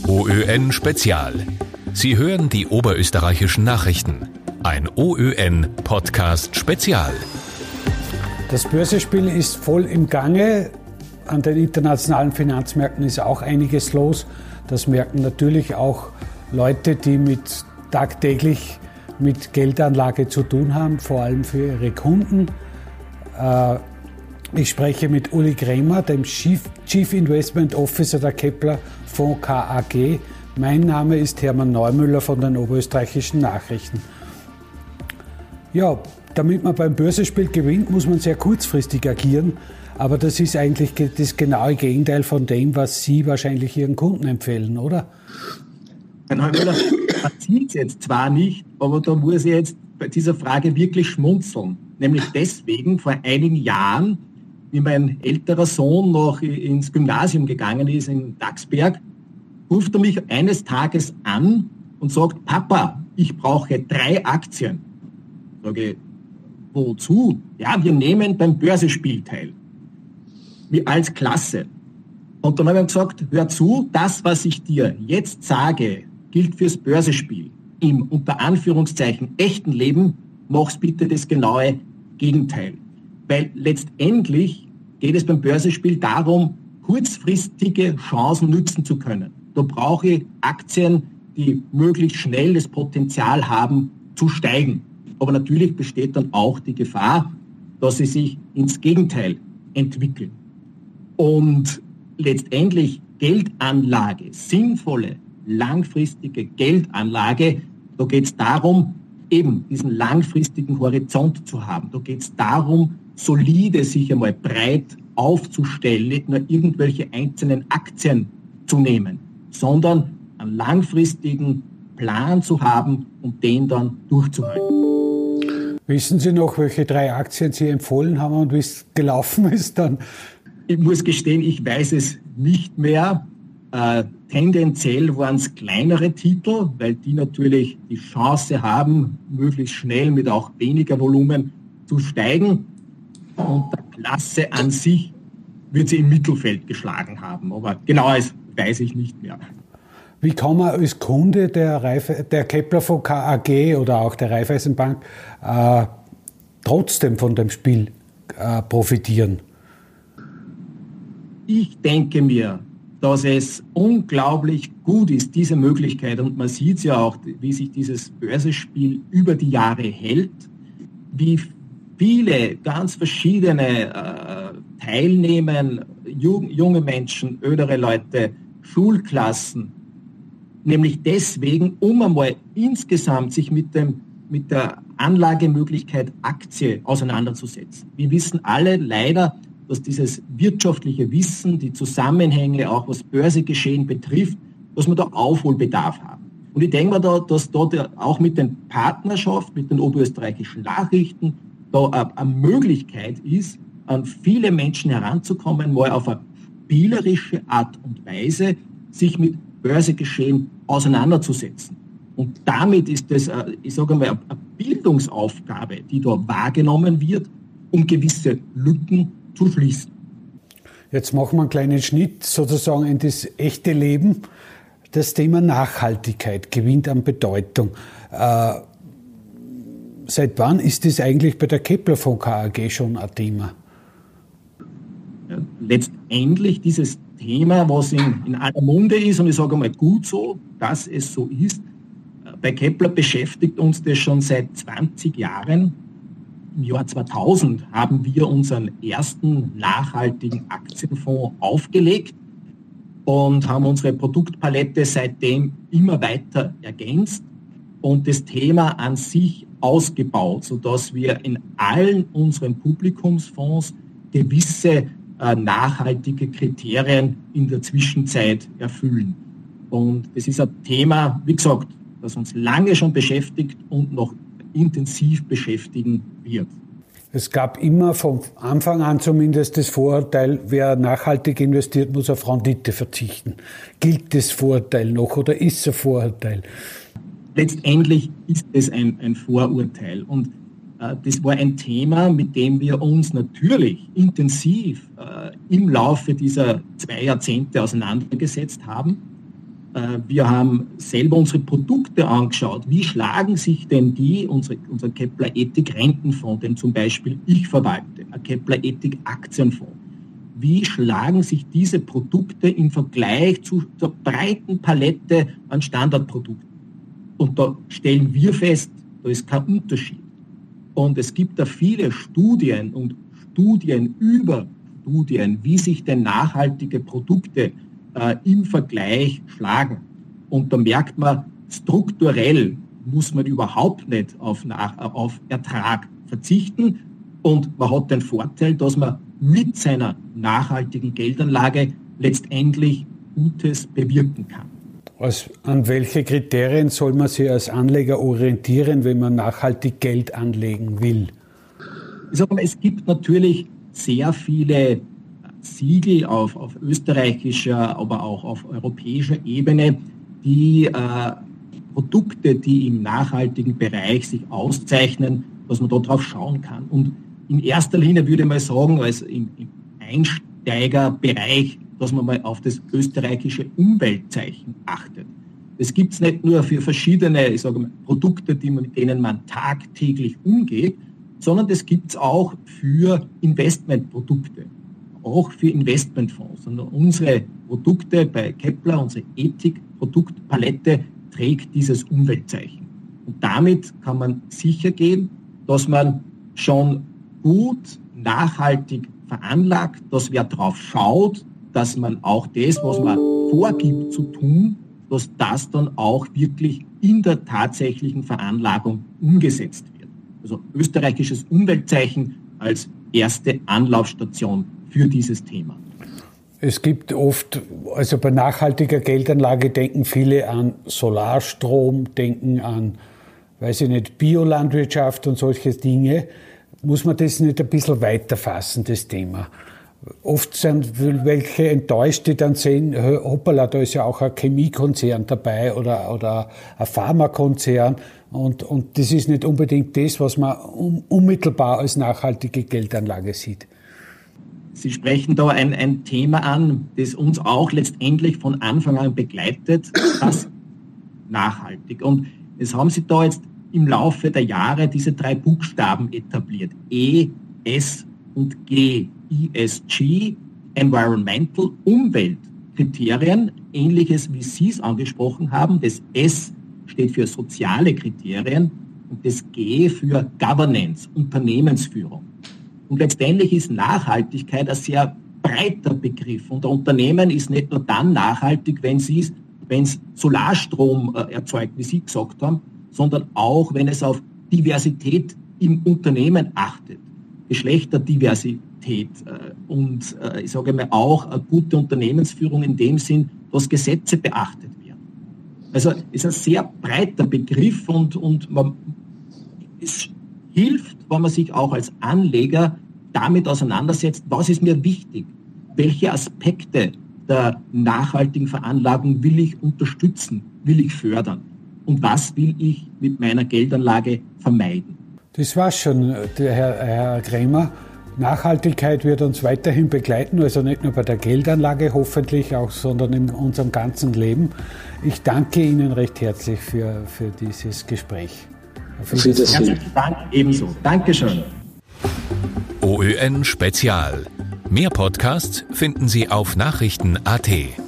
OÖN Spezial. Sie hören die oberösterreichischen Nachrichten. Ein OÖN-Podcast Spezial. Das Börsenspiel ist voll im Gange. An den internationalen Finanzmärkten ist auch einiges los. Das merken natürlich auch Leute, die tagtäglich mit Geldanlage zu tun haben, vor allem für ihre Kunden. Ich spreche mit Uli Kremer, dem Chief Investment Officer der Kepler Fonds KAG. Mein Name ist Hermann Neumüller von den oberösterreichischen Nachrichten. Ja, damit man beim Börsenspiel gewinnt, muss man sehr kurzfristig agieren. Aber das ist eigentlich das genaue Gegenteil von dem, was Sie wahrscheinlich Ihren Kunden empfehlen, oder? Herr Neumüller, man sieht es jetzt zwar nicht, aber da muss ich jetzt bei dieser Frage wirklich schmunzeln. Nämlich deswegen, vor einigen Jahren, wie mein älterer Sohn noch ins Gymnasium gegangen ist in Dachsberg, ruft er mich eines Tages an und sagt, Papa, ich brauche 3 Aktien. Sage ich, wozu? Ja, wir nehmen beim Börsenspiel teil. Wie als Klasse. Und dann habe ich gesagt, hör zu, das, was ich dir jetzt sage, gilt fürs Börsenspiel. Im unter Anführungszeichen echten Leben mach's bitte das genaue Gegenteil. Weil letztendlich geht es beim Börsenspiel darum, kurzfristige Chancen nützen zu können. Da brauche ich Aktien, die möglichst schnell das Potenzial haben, zu steigen. Aber natürlich besteht dann auch die Gefahr, dass sie sich ins Gegenteil entwickeln. Und letztendlich Geldanlage, sinnvolle, langfristige Geldanlage, da geht es darum, eben diesen langfristigen Horizont zu haben. Da geht es darum, solide sich einmal breit aufzustellen, nicht nur irgendwelche einzelnen Aktien zu nehmen, sondern einen langfristigen Plan zu haben und den dann durchzuhalten. Wissen Sie noch, welche 3 Aktien Sie empfohlen haben und wie es gelaufen ist dann? Ich muss gestehen, ich weiß es nicht mehr. Tendenziell waren es kleinere Titel, weil die natürlich die Chance haben, möglichst schnell mit auch weniger Volumen zu steigen. Und der Klasse an sich wird sie im Mittelfeld geschlagen haben. Aber genaues weiß ich nicht mehr. Wie kann man als Kunde der Kepler Fonds KAG oder auch der Raiffeisenbank trotzdem von dem Spiel profitieren? Ich denke mir, dass es unglaublich gut ist, diese Möglichkeit, und man sieht es ja auch, wie sich dieses Börsenspiel über die Jahre hält, wie viele ganz verschiedene teilnehmen, junge Menschen, ältere Leute, Schulklassen, nämlich deswegen, um einmal insgesamt sich mit der Anlagemöglichkeit Aktie auseinanderzusetzen. Wir wissen alle leider, dass dieses wirtschaftliche Wissen, die Zusammenhänge, auch was Börsegeschehen betrifft, dass wir da Aufholbedarf haben. Und ich denke mir dass dort auch mit den Partnerschaft, mit den oberösterreichischen Nachrichten, da eine Möglichkeit ist, an viele Menschen heranzukommen, mal auf eine spielerische Art und Weise sich mit Börsegeschehen auseinanderzusetzen. Und damit ist das, ich sage mal, eine Bildungsaufgabe, die da wahrgenommen wird, um gewisse Lücken zu schließen. Jetzt machen wir einen kleinen Schnitt sozusagen in das echte Leben. Das Thema Nachhaltigkeit gewinnt an Bedeutung. Seit wann ist das eigentlich bei der Kepler Fonds KAG schon ein Thema? Ja, letztendlich dieses Thema, was in aller Munde ist, und ich sage mal gut so, dass es so ist. Bei Kepler beschäftigt uns das schon seit 20 Jahren. Im Jahr 2000 haben wir unseren ersten nachhaltigen Aktienfonds aufgelegt und haben unsere Produktpalette seitdem immer weiter ergänzt und das Thema an sich ausgebaut, sodass wir in allen unseren Publikumsfonds gewisse nachhaltige Kriterien in der Zwischenzeit erfüllen. Und das ist ein Thema, wie gesagt, das uns lange schon beschäftigt und noch intensiv beschäftigen wird. Es gab immer von Anfang an zumindest das Vorurteil, wer nachhaltig investiert, muss auf Rendite verzichten. Gilt das Vorurteil noch oder ist es ein Vorurteil? Letztendlich ist es ein Vorurteil. Und das war ein Thema, mit dem wir uns natürlich intensiv im Laufe dieser 2 Jahrzehnte auseinandergesetzt haben. Wir haben selber unsere Produkte angeschaut. Wie schlagen sich denn unser Kepler Ethik Rentenfonds, den zum Beispiel ich verwalte, ein Kepler Ethik Aktienfonds, wie schlagen sich diese Produkte im Vergleich zur breiten Palette an Standardprodukten? Und da stellen wir fest, da ist kein Unterschied. Und es gibt da viele Studien und Studien über Studien, wie sich denn nachhaltige Produkte im Vergleich schlagen. Und da merkt man, strukturell muss man überhaupt nicht auf Ertrag verzichten. Und man hat den Vorteil, dass man mit seiner nachhaltigen Geldanlage letztendlich Gutes bewirken kann. An welche Kriterien soll man sich als Anleger orientieren, wenn man nachhaltig Geld anlegen will? Ich sage mal, es gibt natürlich sehr viele Siegel auf österreichischer, aber auch auf europäischer Ebene, die Produkte, die im nachhaltigen Bereich sich auszeichnen, dass man da drauf schauen kann. Und in erster Linie würde ich mal sagen, als im Einsteigerbereich, dass man mal auf das österreichische Umweltzeichen achtet. Das gibt es nicht nur für verschiedene, ich sage mal, Produkte, mit denen man tagtäglich umgeht, sondern das gibt es auch für Investmentprodukte, auch für Investmentfonds. Und unsere Produkte bei Kepler, unsere Ethik-Produktpalette trägt dieses Umweltzeichen. Und damit kann man sicher gehen, dass man schon gut nachhaltig veranlagt, dass wer drauf schaut, dass man auch das, was man vorgibt zu tun, dass das dann auch wirklich in der tatsächlichen Veranlagung umgesetzt wird. Also österreichisches Umweltzeichen als erste Anlaufstation für dieses Thema. Es gibt oft, also bei nachhaltiger Geldanlage denken viele an Solarstrom, denken an, weiß ich nicht, Biolandwirtschaft und solche Dinge. Muss man das nicht ein bisschen weiter fassen, das Thema? Oft sind welche enttäuscht, die dann sehen, hoppala, da ist ja auch ein Chemiekonzern dabei oder ein Pharmakonzern und das ist nicht unbedingt das, was man unmittelbar als nachhaltige Geldanlage sieht. Sie sprechen da ein Thema an, das uns auch letztendlich von Anfang an begleitet, das nachhaltig. Und es haben sich da jetzt im Laufe der Jahre diese 3 Buchstaben etabliert. E, S und G. ESG, Environmental, Umweltkriterien, ähnliches wie Sie es angesprochen haben. Das S steht für soziale Kriterien und das G für Governance, Unternehmensführung. Und letztendlich ist Nachhaltigkeit ein sehr breiter Begriff. Und ein Unternehmen ist nicht nur dann nachhaltig, wenn es Solarstrom erzeugt, wie Sie gesagt haben, sondern auch, wenn es auf Diversität im Unternehmen achtet, Geschlechterdiversität und ich sage mal auch eine gute Unternehmensführung in dem Sinn, dass Gesetze beachtet werden. Also es ist ein sehr breiter Begriff und es hilft, wenn man sich auch als Anleger damit auseinandersetzt, was ist mir wichtig, welche Aspekte der nachhaltigen Veranlagung will ich unterstützen, will ich fördern und was will ich mit meiner Geldanlage vermeiden. Das war's schon, der Herr Krämer. Nachhaltigkeit wird uns weiterhin begleiten, also nicht nur bei der Geldanlage hoffentlich auch, sondern in unserem ganzen Leben. Ich danke Ihnen recht herzlich für dieses Gespräch. Herzlichen Dank ebenso. Dankeschön. OÖN Spezial. Mehr Podcasts finden Sie auf Nachrichten.at.